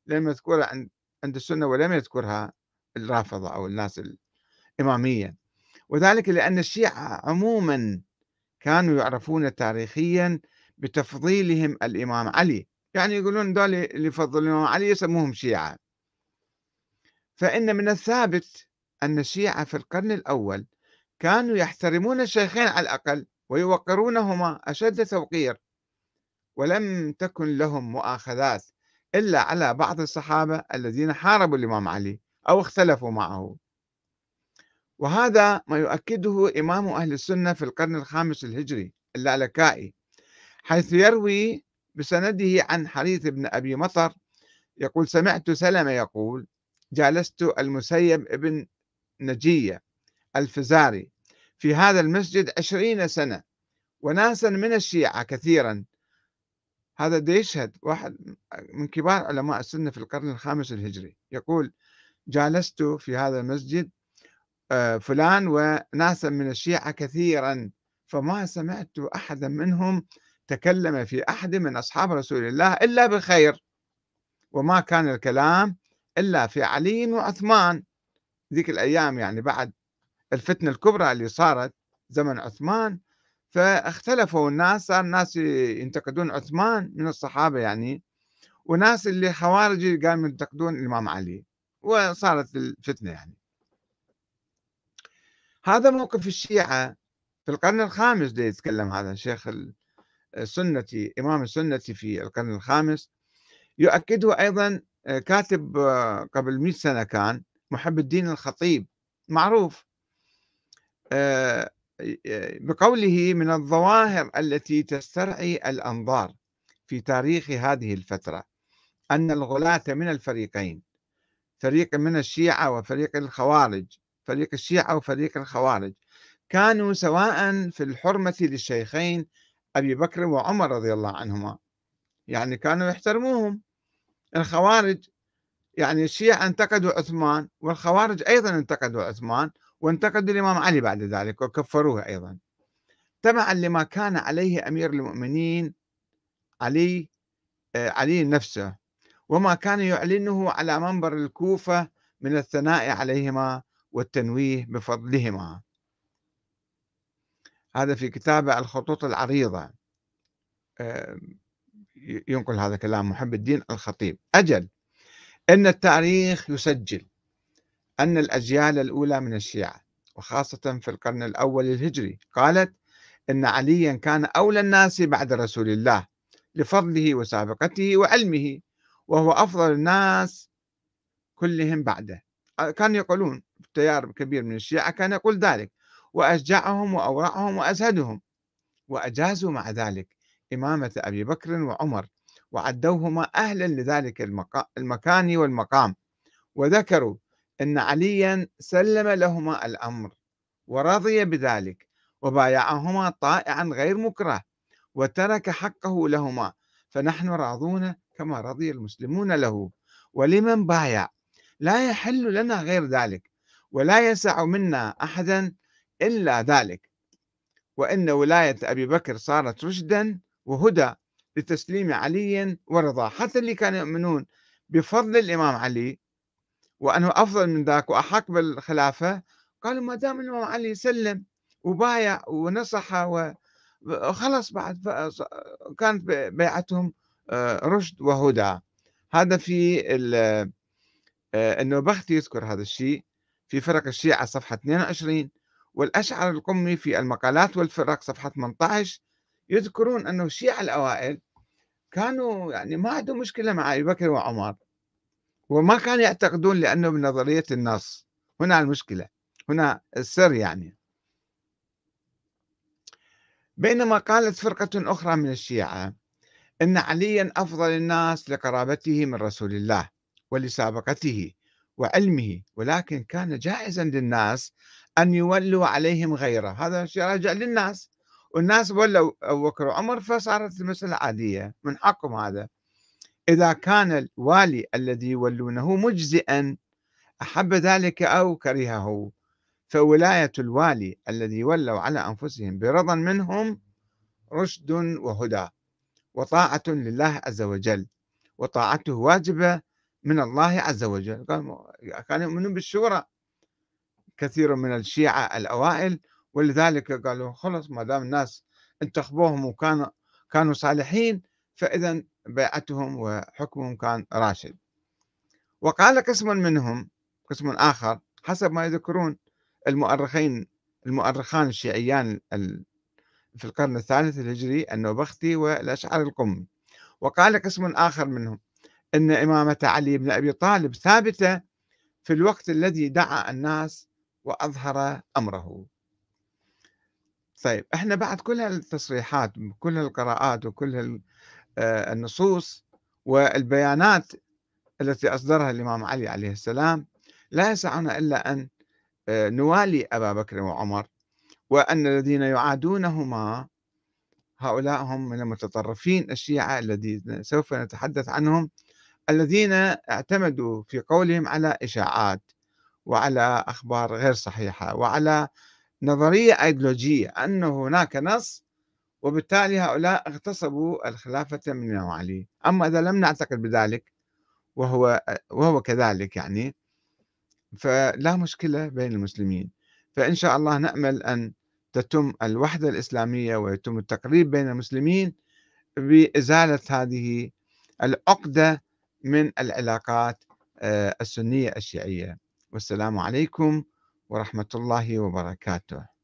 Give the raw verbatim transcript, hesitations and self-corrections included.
لم يذكرها عند عند السنة ولم يذكرها الرافضة أو الناس الإمامية، وذلك لأن الشيعة عموما كانوا يعرفون تاريخيا بتفضيلهم الإمام علي، يعني يقولون دول اللي يفضلون الإمام علي يسموهم شيعة. فإن من الثابت أن الشيعة في القرن الأول كانوا يحترمون الشيخين على الأقل ويوقرونهما أشد توقير، ولم تكن لهم مؤاخذات إلا على بعض الصحابة الذين حاربوا الإمام علي أو اختلفوا معه. وهذا ما يؤكده إمام أهل السنة في القرن الخامس الهجري اللالكائي، حيث يروي بسنده عن حريث بن أبي مطر يقول: سمعت سلمة يقول: جالست المسيب ابن نجية الفزاري في هذا المسجد عشرين سنة وناسا من الشيعة كثيرا. هذا دا يشهد واحد من كبار علماء السنة في القرن الخامس الهجري، يقول: جالست في هذا المسجد فلان وناسا من الشيعة كثيرا، فما سمعت أحدا منهم تكلم في أحد من أصحاب رسول الله إلا بخير، وما كان الكلام إلا في علي وعثمان. ذيك الأيام يعني بعد الفتنة الكبرى اللي صارت زمن عثمان، فاختلفوا الناس، صار ناس ينتقدون عثمان من الصحابة يعني، وناس اللي خوارج قاموا ينتقدون الإمام علي، وصارت الفتنة يعني. هذا موقف الشيعة في القرن الخامس. ده يتكلم هذا شيخ السنة، إمام السنة في القرن الخامس، يؤكده أيضا كاتب قبل مئة سنة كان محب الدين الخطيب معروف، بقوله: من الظواهر التي تسترعي الأنظار في تاريخ هذه الفترة أن الغلاة من الفريقين، فريق من الشيعة وفريق الخوارج، فريق الشيعة وفريق الخوارج، كانوا سواء في الحرمة للشيخين أبي بكر وعمر رضي الله عنهما، يعني كانوا يحترموهم. الخوارج يعني الشيعة انتقدوا عثمان، والخوارج أيضا انتقدوا عثمان وانتقدوا الإمام علي بعد ذلك وكفروه أيضا، تبعا لما كان عليه أمير المؤمنين علي علي نفسه، وما كان يعلنه على منبر الكوفة من الثناء عليهما والتنويه بفضلهما. هذا في كتابه الخطوط العريضة ينقل هذا كلام محب الدين الخطيب. أجل إن التاريخ يسجل أن الأجيال الأولى من الشيعة وخاصة في القرن الأول الهجري قالت إن عليا كان أولى الناس بعد رسول الله لفضله وسابقته وعلمه، وهو أفضل الناس كلهم بعده. كانوا يقولون تيار كبير من الشيعة كان يقول ذلك، وأشجعهم وأورعهم وأزهدهم، وأجازوا مع ذلك إمامة أبي بكر وعمر، وعدوهما أهلا لذلك المكان والمقام، وذكروا أن عليا سلم لهما الأمر ورضي بذلك وبايعهما طائعا غير مكره وترك حقه لهما، فنحن راضون كما رضي المسلمون له، ولمن بايع لا يحل لنا غير ذلك، ولا يسع منا أحدا إلا ذلك، وإن ولاية أبي بكر صارت رشدا وهدى لتسليم علي ورضاه. حتى اللي كانوا يؤمنون بفضل الإمام علي وأنه أفضل من ذاك وأحق بالخلافة، قالوا ما دام الإمام علي سلم وبايع ونصح وخلص بعد كانت بيعتهم رشد وهدى. هذا في النوبختي يذكر هذا الشيء في فرق الشيعة صفحة اثنين وعشرين، والأشعر القمي في المقالات والفرق صفحة ثمانية عشر يذكرون أنه الشيعة الأوائل كانوا يعني ما عندهم مشكلة مع أبي بكر وعمر، وما كانوا يعتقدون لأنه بنظرية النص. هنا المشكلة، هنا السر يعني. بينما قالت فرقة أخرى من الشيعة إن عليا أفضل الناس لقرابته من رسول الله ولسابقته وعلمه، ولكن كان جائزا للناس أن يولوا عليهم غيره. هذا شيء راجع للناس، والناس ولوا أبو بكر وعمر فصارت المسألة عادية، من حقهم هذا. إذا كان الوالي الذي يولونه مجزئا أحب ذلك أو كرهه، فولاية الوالي الذي ولوا على أنفسهم برضا منهم رشد وهدى وطاعة لله عز وجل، وطاعته واجبة من الله عز وجل. كانوا يؤمنون بالشورى كثير من الشيعة الأوائل، ولذلك قالوا خلص ما دام الناس انتخبوهم وكانوا كانوا صالحين، فإذا بيعتهم وحكمهم كان راشد. وقال قسم منهم، قسم آخر حسب ما يذكرون المؤرخين المؤرخان الشيعيان في القرن الثالث الهجري النوبختي والأشعري القمي، وقال قسم آخر منهم أن إمامة علي بن أبي طالب ثابتة في الوقت الذي دعا الناس وأظهر أمره. طيب احنا بعد كل هالتصريحات كل هالقراءات وكل النصوص والبيانات التي أصدرها الإمام علي عليه السلام، لا يسعنا إلا أن نوالي أبا بكر وعمر، وأن الذين يعادونهما هؤلاء هم من المتطرفين الشيعة الذين سوف نتحدث عنهم، الذين اعتمدوا في قولهم على إشاعات وعلى أخبار غير صحيحة وعلى نظرية أيديولوجية أن هناك نص، وبالتالي هؤلاء اغتصبوا الخلافة من الإمام علي. أما إذا لم نعتقد بذلك وهو وهو كذلك يعني، فلا مشكلة بين المسلمين. فإن شاء الله نأمل أن تتم الوحدة الإسلامية ويتم التقريب بين المسلمين بإزالة هذه العقدة من العلاقات السنية الشيعية. والسلام عليكم ورحمة الله وبركاته.